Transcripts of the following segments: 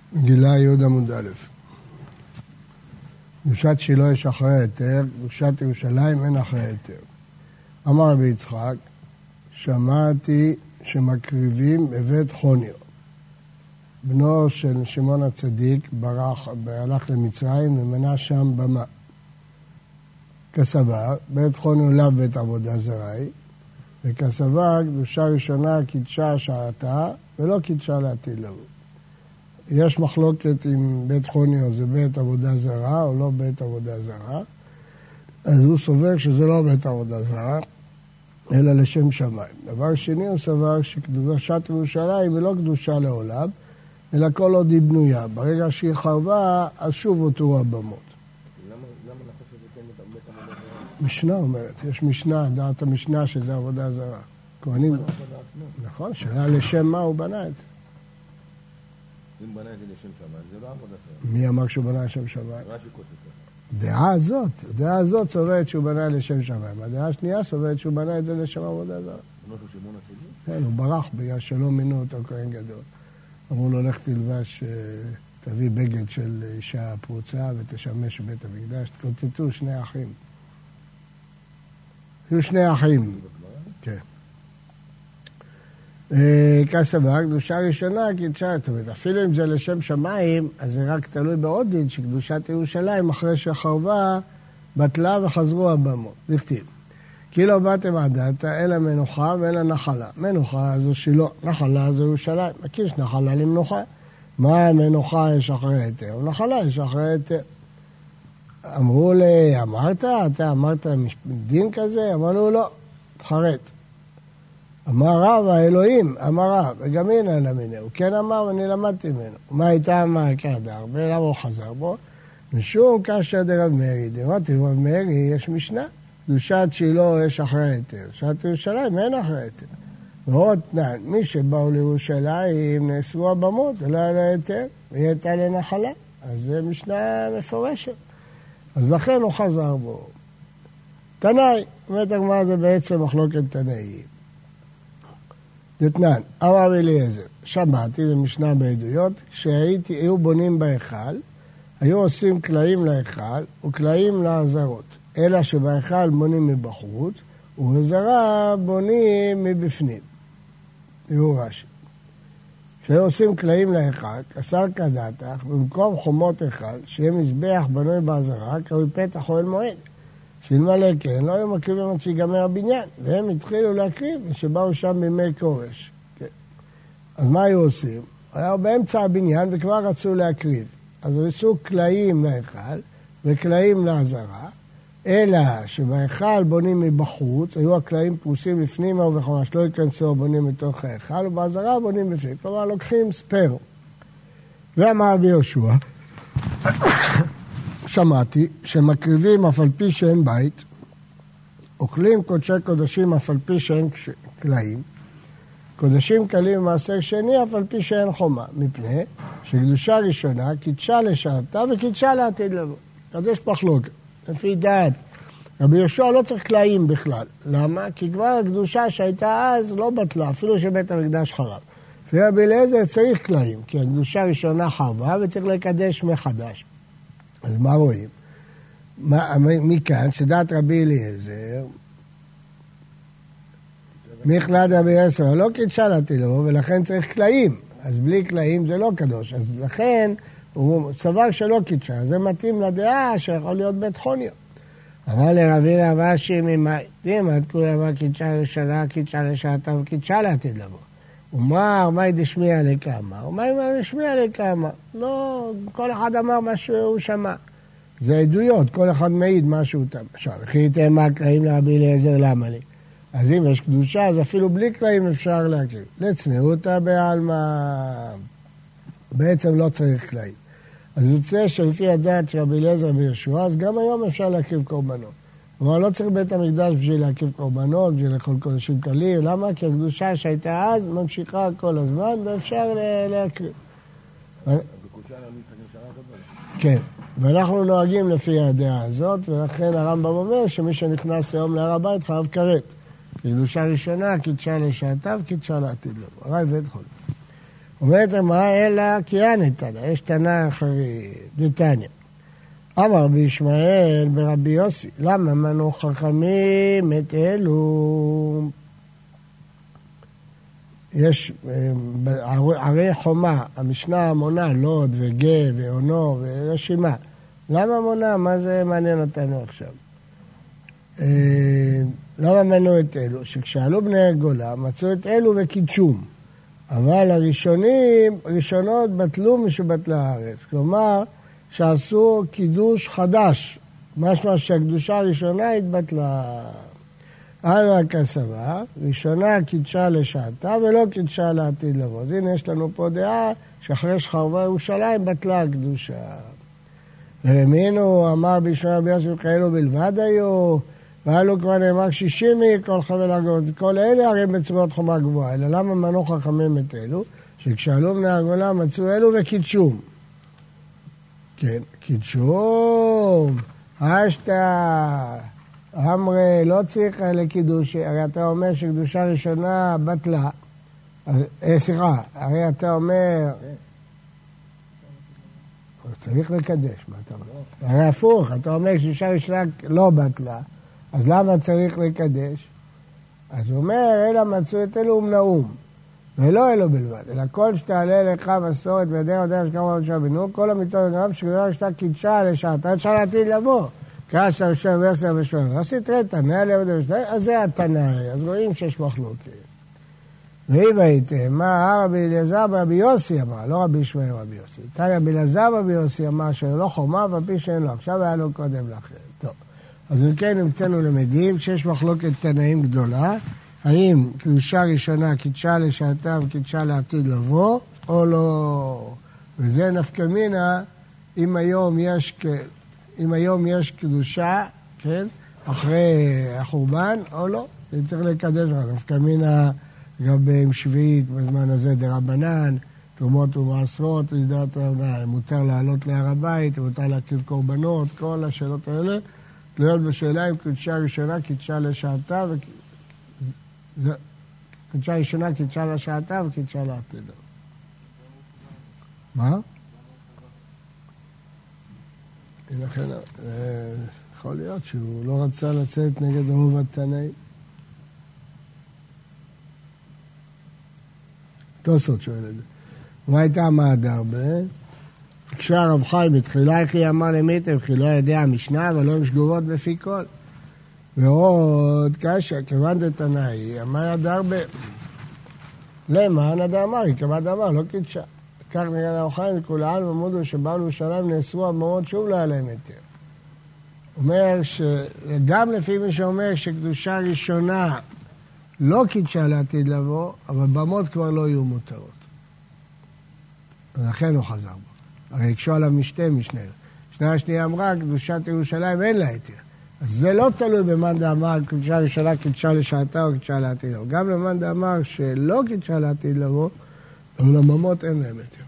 מגילה י' עמוד א'. קדושת שילה יש אחרי היתר, קדושת ירושלים אין אחרי היתר. אמר רבי יצחק, שמעתי שמקריבים בבית חוניו. בנו של שמעון הצדיק הלך למצרים ומנה שם במה. כסבר, בית חוניו לאו בית עבודה זרעי, וכסבר קדושה ראשונה קידשה שעתה ולא קידשה לעתיד לבוא. יש מחלוקת אם בית חוניו זה בית עבודה זרה או לא בית עבודה זרה, אז הוא סובר שזה לא בית עבודה זרה, אלא לשם שמיים. דבר שני, הוא סבר שקדושת ירושלים היא לא קדושה לעולם, אלא כל עוד היא בנויה. ברגע שהיא חרבה, אז שוב הותרו הבמות. למה אנחנו שבאתם את בית עבודה זרה? משנה אומרת, יש משנה, דעת המשנה שזה עבודה זרה. כהנים, נכון, שאלה לשם מה הוא בנה את זה. אם בנה את זה לשם שמיים, זה לא עבודה זרה. מי אמר שהוא בנה לשם שמיים? רש"י כותב. דעה הזאת סוברת שהוא בנה לשם שמיים. הדעה השנייה סוברת שהוא בנה את זה לשם עבודה זרה. בנו של שמעון הצדיק? כן, הוא ברח בגלל שלא מינו אותו כהן גדול. אמרו לו, לך תלבש, תביא בגד של אישה פרוצה ותשמש בבית המקדש. תקוצצו שני אחים. היו שני אחים. כן. כסבר, קדושה ראשונה, קידשה, זאת אומרת, אפילו אם זה לשם שמיים, אז זה רק תלוי בעוד דין, שקדושת ירושלים, אחרי שחרבה, בטלה וחזרו הבמות. דכתיב. כי לא באתם עדתה, אלא מנוחה ואלא נחלה. מנוחה זו שילה, נחלה זו ירושלים. מקיש נחלה למנוחה. מה מנוחה יש אחרי היתר? נחלה יש אחרי היתר. אמרו לי, אמרת? אתה אמרת דין כזה? אמרו לא, תחרט. אמר רב האלוהים, אמר רב, וגם הנה למינהו. הוא כן אמר ואני למדתי ממנו. מה הייתה אמר כהדר? ולמה הוא חזר בו? משום קשיא דרב מאירי. דרבתי רב מאירי יש משנה. קדושת שילה יש אחרי היתר. קדושת ירושלים אין אחרי היתר. ועוד תנאי, מי שבאו לירושלים נאסרו הבמות, ולא היה לה היתר, והיא הייתה לנחלה. אז זה משנה מפורשת. אז לכן הוא חזר בו. תנאי, אומרת הגמרא זה בעצם מחלוקת תנאי. דתנן, אמר אליעזר, שמעתי, זה משנה בעדויות, כשהיו בונים בהיכל, היו עושים קלעים להיכל וקלעים לעזרות, אלא שבהיכל בונים מבחוץ, ובזרה בונים מבפנים. תראו רש"י. כשהיו עושים קלעים להיכל, כסר כדתך, במקום חומות היכל, שיהיה מזבח בנוי בעזרה, קרוי פתח אוהל מועד. שאלמלא כן, לא היו מקריבים עד שיגמר הבניין, והם התחילו להקריב, ושבאו שם בימי כורש. כן. אז מה היו עושים? היה באמצע הבניין וכבר רצו להקריב. אז עשו קלעים להיכל וקלעים לעזרה, אלא שבהיכל בונים מבחוץ, היו הקלעים פרוסים לפנימה ובחומש, לא ייכנסו בונים מתוך ההיכל, ובעזרה בונים בפנים. כלומר, לוקחים ספר. ואמר רבי יהושע, שמעתי שמקריבים אף על פי שאין בית, אוכלים קודשי קודשים אף על פי שאין קלעים, קודשים קלים במעשר שני אף על פי שאין חומה, מפני שקדושה ראשונה קידשה לשעתה וקידשה לעתיד לבוא. אז יש מחלוקת, לפי דעת. רבי יהושע לא צריך קלעים בכלל. למה? כי כבר הקדושה שהייתה אז לא בטלה, אפילו שבית המקדש חרב. לפי רבי אליעזר צריך קלעים, כי הקדושה ראשונה חרבה וצריך לקדש מחדש. אז מה רואים? מכאן, שדעת רבי אליעזר, מכלד רבי אליעזר, לא קידשה לעתיד לבוא, ולכן צריך קלעים. אז בלי קלעים זה לא קדוש. אז לכן הוא סבר שלא קידשה. זה מתאים לדעה שיכול להיות בית חוניו. אמר לרבי רבשי ממאי, עד כולה אמר קידשה לשנה, קידשה לשעתה וקידשה לעתיד לבוא. ומר, מה דשמיע לכמה? ומה דשמיע לכמה? לא, כל אחד אמר מה שהוא שמע. זה עדויות, כל אחד מעיד מה שהוא תמר. עכשיו, וכי תאמר קלעים לרבי אליעזר, למה לי? אז אם יש קדושה, אז אפילו בלי קלעים אפשר להקריב. לצניעותא בעלמא, בעצם לא צריך קלעים. אז יוצא שלפי הדעת של רבי אליעזר ויהושע, אז גם היום אפשר להקריב קורבנות. אבל לא צריך בית המקדש בשביל להקריב קורבנות, בשביל לאכול קודשים קלים. למה? כי הקדושה שהייתה אז ממשיכה כל הזמן, ואפשר להקריב. כן, ואנחנו נוהגים לפי הדעה הזאת, ולכן הרמב"ם אומר שמי שנכנס היום להר הבית חייב כרת. קדושה ראשונה, קידשה לשעתה וקידשה לעתיד לבוא. הרי בית חול. אומרת אמרה אלא קיאני תנא, יש תנא אחרי דתניא. אמר רבי ישמעאל ברבי יוסי, למה מנו חכמים את אלו? יש ערי חומה, המשנה מונה לוד וגה ועונו ורשימה. למה מונה? מה זה מעניין אותנו עכשיו? למה מנו את אלו? שכשעלו בני הגולה מצאו את אלו וקידשום. אבל ראשונות בטלו משבטלה הארץ. כלומר, שעשו קידוש חדש. משמע שהקדושה הראשונה התבטלה. אנו הכסבה, ראשונה קידשה לשעתה ולא קידשה לעתיד לבוא. אז הנה יש לנו פה דעה שאחרי שחרבה ירושלים בטלה הקדושה. ורמינו אמר בישמעאל רבי יוסי כאלו בלבד היו, ואלו כבר נאמר 60 מכל חבל הגולות. כל אלה הרי בצורת חומה גבוהה. אלא למה מנו חכמים את אלו? שכשעלו בני הגולה מצאו אלו וקידשום. כן, קידשום. אשתה. אמרי, לא צריך לקידוש, הרי אתה אומר שקדושה ראשונה בטלה. סליחה, הרי אתה אומר... צריך לקדש, מה אתה אומר? הרי הפוך, אתה אומר שקדושה ראשונה לא בטלה, אז למה צריך לקדש? אז הוא אומר, אלא מצאו את אלו ומנאום, ולא אלו בלבד, אלא כל שתעלה לך מסורת וידי יודע שכמה עוד שבינו, כל המצוות הגרם שקדושה ראשונה קידשה לשעתה, אפשר לעתיד לבוא. קרא שם שם ועשר ושמונה. עשית רטה, נעלי עבודה ושמונה, אז זה התנאי, אז רואים שיש מחלוקת. ואם הייתם, מה רבי אליעזר ברבי יוסי אמר, לא רבי ישמעאל רבי יוסי. תניא רבי אליעזר ברבי יוסי אמר שלא חומה ועל שאין לו, עכשיו היה לו קודם לאחר. טוב, אז מכן נמצאנו למדים שיש מחלוקת תנאים גדולה, האם קדושה ראשונה קידשה לשעתה וקידשה לעתיד לבוא, או לא. וזה נפקא מינה, אם היום יש קדושה, כן, אחרי החורבן, או לא, זה צריך לקדש לך. נפקא מינה גם עם שביעית, בזמן הזה דרבנן, תרומות ומעשרות, מותר לעלות להר הבית, מותר להקריב קורבנות, כל השאלות האלה, תלויות בשאלה אם קדושה ראשונה קידשה לשעתה, קדושה ראשונה קידשה לשעתה וקידשה לעתיד. מה? לכן, יכול להיות שהוא לא רצה לצאת נגד רוב התנאים. תוספות שואל את זה. מה הייתה המהדר בה? כשהרב חי בתחילה איך אמר למיטב, כי לא יודע המשנה, אבל לא הם שגורות בפי כל. ועוד קשה, כיוון דתנאי, אמר הדר בה. למה? נדע אמר, כיוון דאמר, לא קידשה. כך נגד הרב חי וכולם עמודו שבאו לירושלים נאסרו המורות, שוב לא היה להם היתר. אומר שגם לפי מי שאומר שקדושה ראשונה לא קידשה לעתיד לבוא, אבל במות כבר לא יהיו מותרות. ולכן הוא חזר בו. הרי הקשו עליו משתה משנה. שנה השנייה אמרה, קדושת ירושלים אין לה היתר. אז זה לא תלוי במאן דאמר, קדושה ראשונה קידשה לשעתה או קידשה לעתיד לבוא. גם למאן דאמר שלא קידשה לעתיד לבוא, אבל הממות אין להם היתר.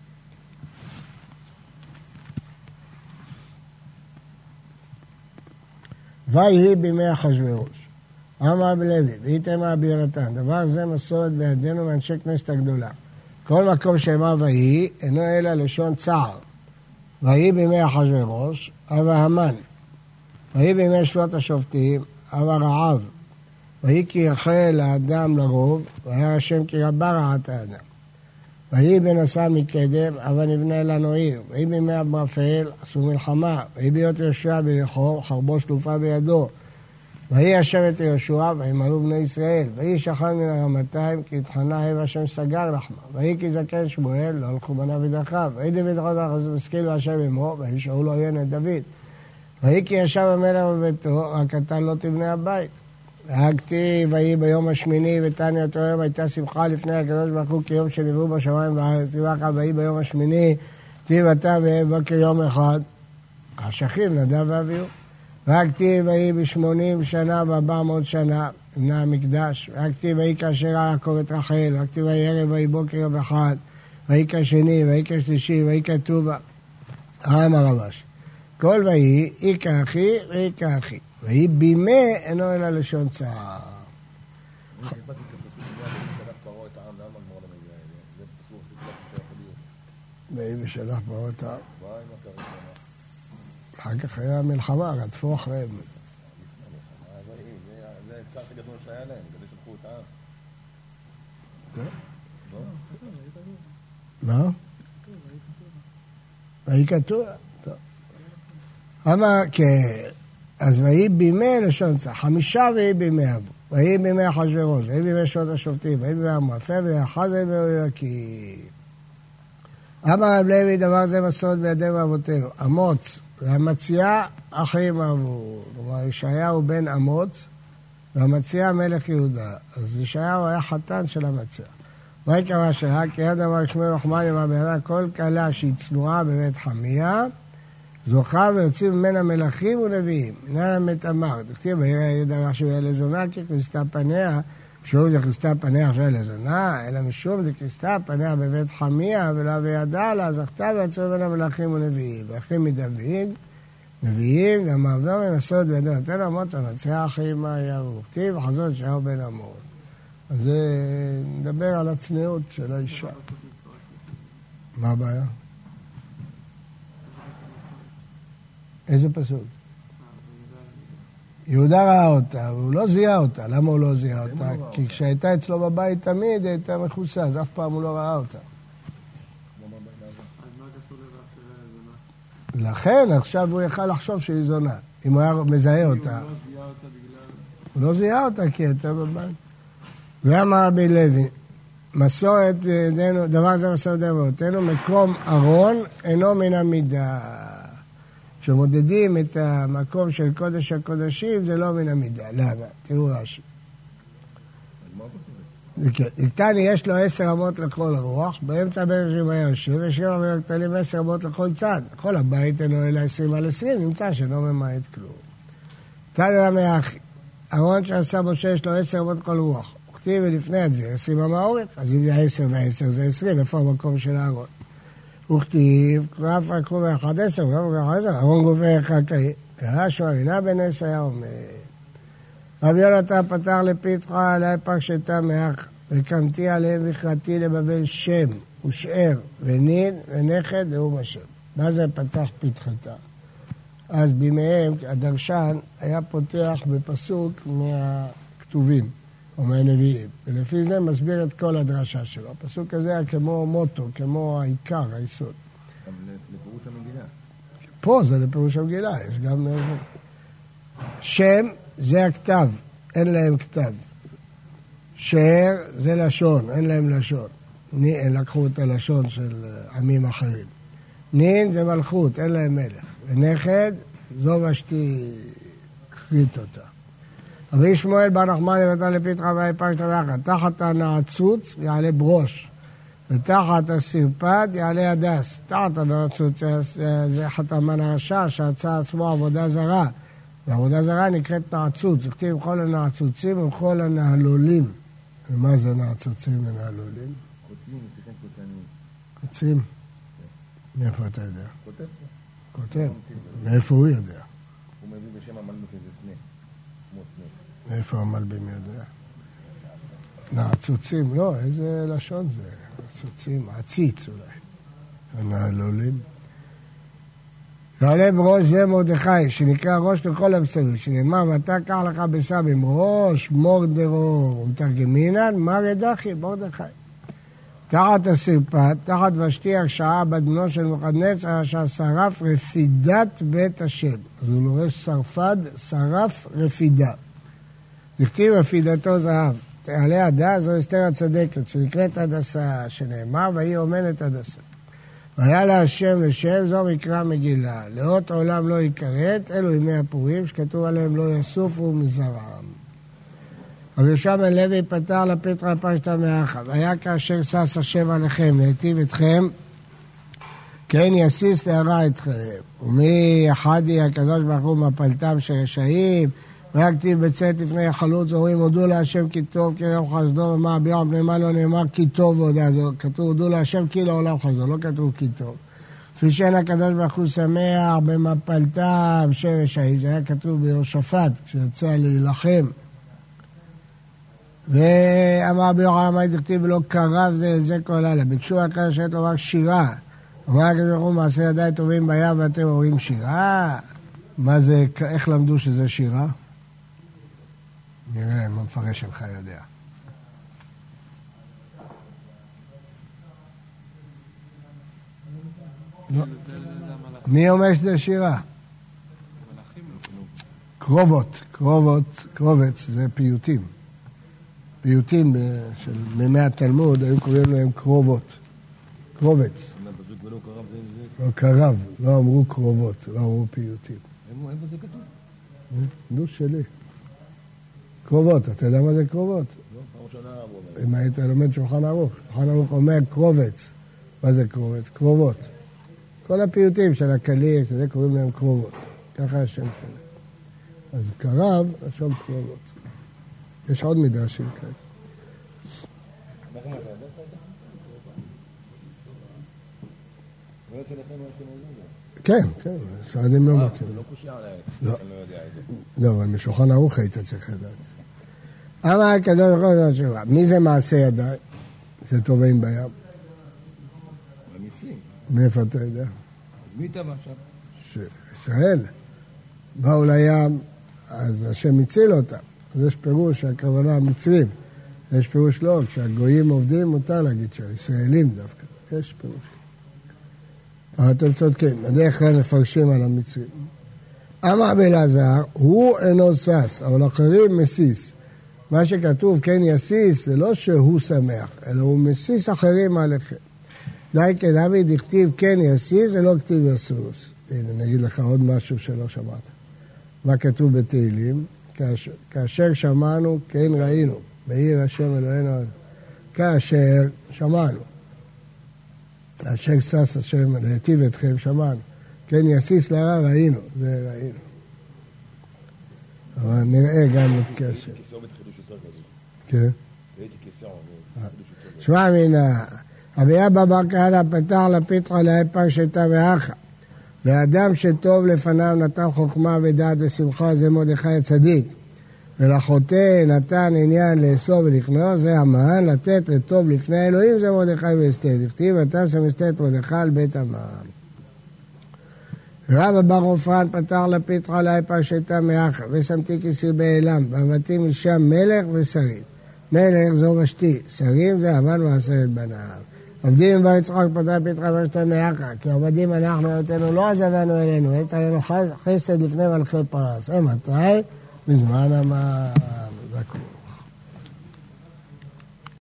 ויהי בימי אחשוורוש. אמר רבי לוי, ואיתמר בירתן, דבר זה מסורת בידינו מאנשי כנסת הגדולה. כל מקום שאמר ויהי, אינו אלא לשון צער. ויהי בימי אחשוורוש, אבל המן. ויהי בימי שנות השופטים, אבל רעב. ויהי כי יחל האדם לרוב, והיה השם כי רבה רעת האדם. ויהי בנסע מקדם, אבל נבנה לנו עיר. ויהי בימי אברפאל, עשו מלחמה. ויהי ביות יהושע ביריחו, חרבו שלופה בידו. ויהי השבט יהושע, וימלאו בני ישראל. ויהי שכן מן הרמתיים, כי התחנה הב השם סגר לחמה. ויהי כי זקן שמואל, לא הלכו בניו ודרכיו. ויהי דוד חזר, אז משכיל והשם עמו, ויהי שאול עוין את דוד. ויהי כי ישב המלך בביתו, רק אתה לא תבנה הבית. והגתי, ויהי ביום השמיני, ותניא אותו יום, הייתה שמחה לפני הקדוש ברוך הוא כיום שנבראו בשמיים והארץ. ויהי ביום השמיני, תיב אתה ובוקר יום אחד. השכיב נדב ואביהו. והכתיב ויהי ב80 שנה ו400 שנה, בנה המקדש. והכתיב ויהי כאשר יעקב את רחל. והכתיב ויהי ערב ויהי בוקר יום אחד. ויהי כשני, ויהי כשלישי, ויהי כטובה. אמר רבש. כל ויהי, איכה אחי ואיכה אחי. ויהי בימי אינו אלא לשון צער. ויהי בשלח פרות העם. מה עם הקרב שמה? אחר כך היה מלחמה, רדפו אחריהם. זה הצער הכי גדול שהיה להם, כדי שפכו את העם. מה? ויהי כתוב. טוב. אבל אז ויהי בימי לשון צח, 5 ויהי בימי אבו, ויהי בימי אחשוורוש, ויהי בימי שנות השופטים, ויהי בימי המואפיה, ויהי אחז ויהי ביהויקים. אמר רב לוי, דבר זה מסורת בידינו אבותינו, אמוץ והמציאה אחים אהבו. כלומר, ישעיהו בן אמוץ והמציאה מלך יהודה. אז ישעיהו היה חתן של המציאה. ויקרא שעה, כי היה דבר שמואל רחמני מהבהרה, כל כלה שהיא צנועה בבית חמיה, זוכה ויוצאים ממנה מלכים ונביאים. אינם מתאמר, תכתיב, היה דבר שהוא היה לזונה, כי כריסתה פניה, משום זה כריסתה פניה עכשיו לזונה, אלא משום זה כריסתה פניה בבית חמיה, ולא וידע לה, זכתה ויוצאים ממנה מלכים ונביאים. ואחים מדוד, נביאים, גם העבדו ומסורת בידינו. נתנו אמוץ, המציאה אחים מהיהו. כתיב, חזות ישעיהו בן אמוץ. אז זה נדבר על הצניעות של האישה. מה הבעיה? איזה פסוק? יהודה ראה אותה, והוא לא זיהה אותה. למה הוא לא זיהה אותה? כי כשהייתה אצלו בבית תמיד, היא הייתה מכוסה, אז אף פעם הוא לא ראה אותה. לכן, עכשיו הוא יכל לחשוב שהיא זונה. אם הוא היה מזהה אותה. הוא לא זיהה אותה כי הייתה בבית. ואמר רבי לוי, מסורת ידינו, דבר זה מסורת ידינו, מקום ארון אינו מן המידה. כשמודדים את המקום של קודש הקודשים, זה לא מן המידה. למה? תראו רש"י. איתני יש לו 10 אמות לכל רוח, באמצע בין יושבים היה יושב, ושם אמר קטנים 10 אמות לכל צד. כל הבית אינו אלא 20 על 20, נמצא שאינו ממעט כלום. תני רמי אחי, ארון שעשה משה יש לו 10 אמות לכל רוח. וכתיב ולפני הדביר, 20 אמה אורך, אז אם זה 10 ו10 זה 20, איפה המקום של הארון? וכתיב, קרף הקרוב 11, ארון גובה אחד קהי, רש"י אמינה בן 10 היה אומר. רבי יונתן פתח לפתחה עלי פרשתה מאח, וקמתי עליהם וכרתי לבבל שם, ושאר, ונין, ונכד, נאום השם. מה זה פתח פתחתה? אז בימיהם, הדרשן היה פותח בפסוק מהכתובים, או מהנביאים, ולפי זה מסביר את כל הדרשה שלו. הפסוק הזה היה כמו מוטו, כמו העיקר, היסוד. גם לפירוש המגילה. פה זה לפירוש המגילה, יש גם... שם זה הכתב, אין להם כתב. שאר זה לשון, אין להם לשון. לקחו את הלשון של עמים אחרים. נין זה מלכות, אין להם מלך. ונכד, זו ושתי קרית אותה. רבי שמואל בן נחמני ונתן לפתחה והי פשטה ואחת. תחת הנעצוץ יעלה ברוש, ותחת הסרפד יעלה הדס. תחת הנעצוץ זה חתמן הרשע שעשה עצמו עבודה זרה. ועבודה זרה נקראת נעצוץ. זה כתיב כל הנעצוצים וכל הנהלולים. ומה זה נעצוצים ונהלולים? קוצים, שיחים קוצנים. קוצים? מאיפה אתה יודע? כותב. כותב. מאיפה הוא יודע? הוא מביא בשם המלבק איזה סנה. כמו סנה. מאיפה המלבים יודע? נעצוצים, לא, איזה לשון זה? נעצוצים, עציץ אולי. הנהלולים. יעלה בראש זה מרדכי, שנקרא ראש לכל הבשרים, שנאמר, ואתה קח לך בסבים, ראש מורדרור, ומתרגמינן, מרדכי, מרדכי. תחת הסרפת, תחת ושתי הרשעה בדמנו של נבוכדנצר, אשר שרף רפידת בית השם. אז הוא לורש שרפד, שרף רפידה. נכתיב רפידתו זהב. תעלה הדס, זו אסתר הצדקת, שנקראת הדסה, שנאמר, והיא אומנת הדסה. והיה לה השם לשם, זו מקרא מגילה. לאות עולם לא יקראת, אלו ימי הפורים, שכתוב עליהם לא יסופו מזרעם. רבי יהושע בן לוי פתח לפתחה פשטה מאחה, והיה כאשר שש השם עליכם, להיטיב אתכם, כן יסיס להרע אתכם. ומי יחדי הקדוש ברוך הוא מפלתם של רשעים, והיה כתיב בצאת לפני חלוץ, אומרים, הודו להשם כי טוב, כי יום חסדו, ומה ביום פני מה לא נאמר כי טוב והודע. כתוב, הודו להשם כי לעולם חסדו, לא כתוב כי טוב. כפי שאין הקדוש ברוך הוא שמח במפלתם של רשעים, זה היה כתוב ביהושפט, כשיוצא להילחם. ואמר ביוחנן מה דכתיב ולא קרב זה כל הלילה. ביקשו הקדוש ברוך הוא לומר שירה, אמר הקדוש ברוך הוא מעשה ידיי טובים בים ואתם אומרים שירה? מה זה, איך למדו שזה שירה? נראה אם המפרש שלך יודע. לא. מי אומר שזה שירה? קרובות, קרובץ זה פיוטים. פיוטים של מימי התלמוד, היו קוראים להם קרובות. קרובץ. לא קרב, לא אמרו קרובות, לא אמרו פיוטים. איפה זה כתוב? דוש שלי. קרובות, אתה יודע מה זה קרובות? לא, פעם ראשונה הוא אומר. אם היית לומד שולחן ערוך. שולחן ערוך אומר קרובץ. מה זה קרובץ? קרובות. כל הפיוטים של הקליק, שזה קוראים להם קרובות. ככה השם שלהם. אז קרב, השם קרובות. יש עוד מדרשים כאלה. כן, כן, סעדים לא מכירים. לא קושי עליי, לא. אני לא יודע את זה. לא, אבל משולחן ערוך היית צריך לדעת. אמר הקדוש ברוך הוא תשובה, מי זה מעשה ידיי שטובעים בים? המצרים. מאיפה אתה יודע? אז מי טבע עכשיו? ישראל. באו לים, אז השם הציל אותם. אז יש פירוש שהכוונה המצרים. יש פירוש לא, כשהגויים עובדים מותר להגיד שהישראלים דווקא. יש פירוש. אבל אתם צודקים, בדרך כלל מפרשים על המצרים. אמר בלעזר, הוא אינו שש, אבל אחרים מסיס. מה שכתוב, כן יסיס, זה לא שהוא שמח, אלא הוא מסיס אחרים עליכם. די כנמי דכתיב כן יסיס, זה לא כתיב יסוס. הנה, נגיד לך עוד משהו שלא שמעת. מה כתוב בתהילים? כאשר שמענו, כן ראינו. בעיר השם אלוהינו. כאשר שמענו. כאשר שש השם להיטיב אתכם, שמענו. כן יסיס להרע, ראינו. זה ראינו. אבל נראה גם את קשר. הייתי כיסאו בתחידוש יותר כזה. כן. הייתי כיסאו, בתחידוש יותר. שמע מינה, אביה בבר כהנא פתר לפיתרא לאה פרשתא מאחה. לאדם שטוב לפניו נתן חוכמה ודעת ושמחה, זה מרדכי הצדיק. ולחוטא נתן עניין לאסור ולכנוע, זה המן, לתת לטוב לפני האלוהים, זה מרדכי ואסתר. דכתיב ותעש אסתר את מרדכי על בית המן. רבא בר עופרן פתר לפיתרא לאה פרשתא מאחה, ושמתי כיסי באלם, ועבדתי משם מלך ושרים. מלך זו ושתי, שרים זה המן ועשרת בניו. עובדים בר יצחק פתר פיתרא פרשתא מאחה, כי עבדים אנחנו אותנו לא עזבנו אלינו, עת עלינו חסד לפני מלכי פרס. מתי? בזמן המזקון.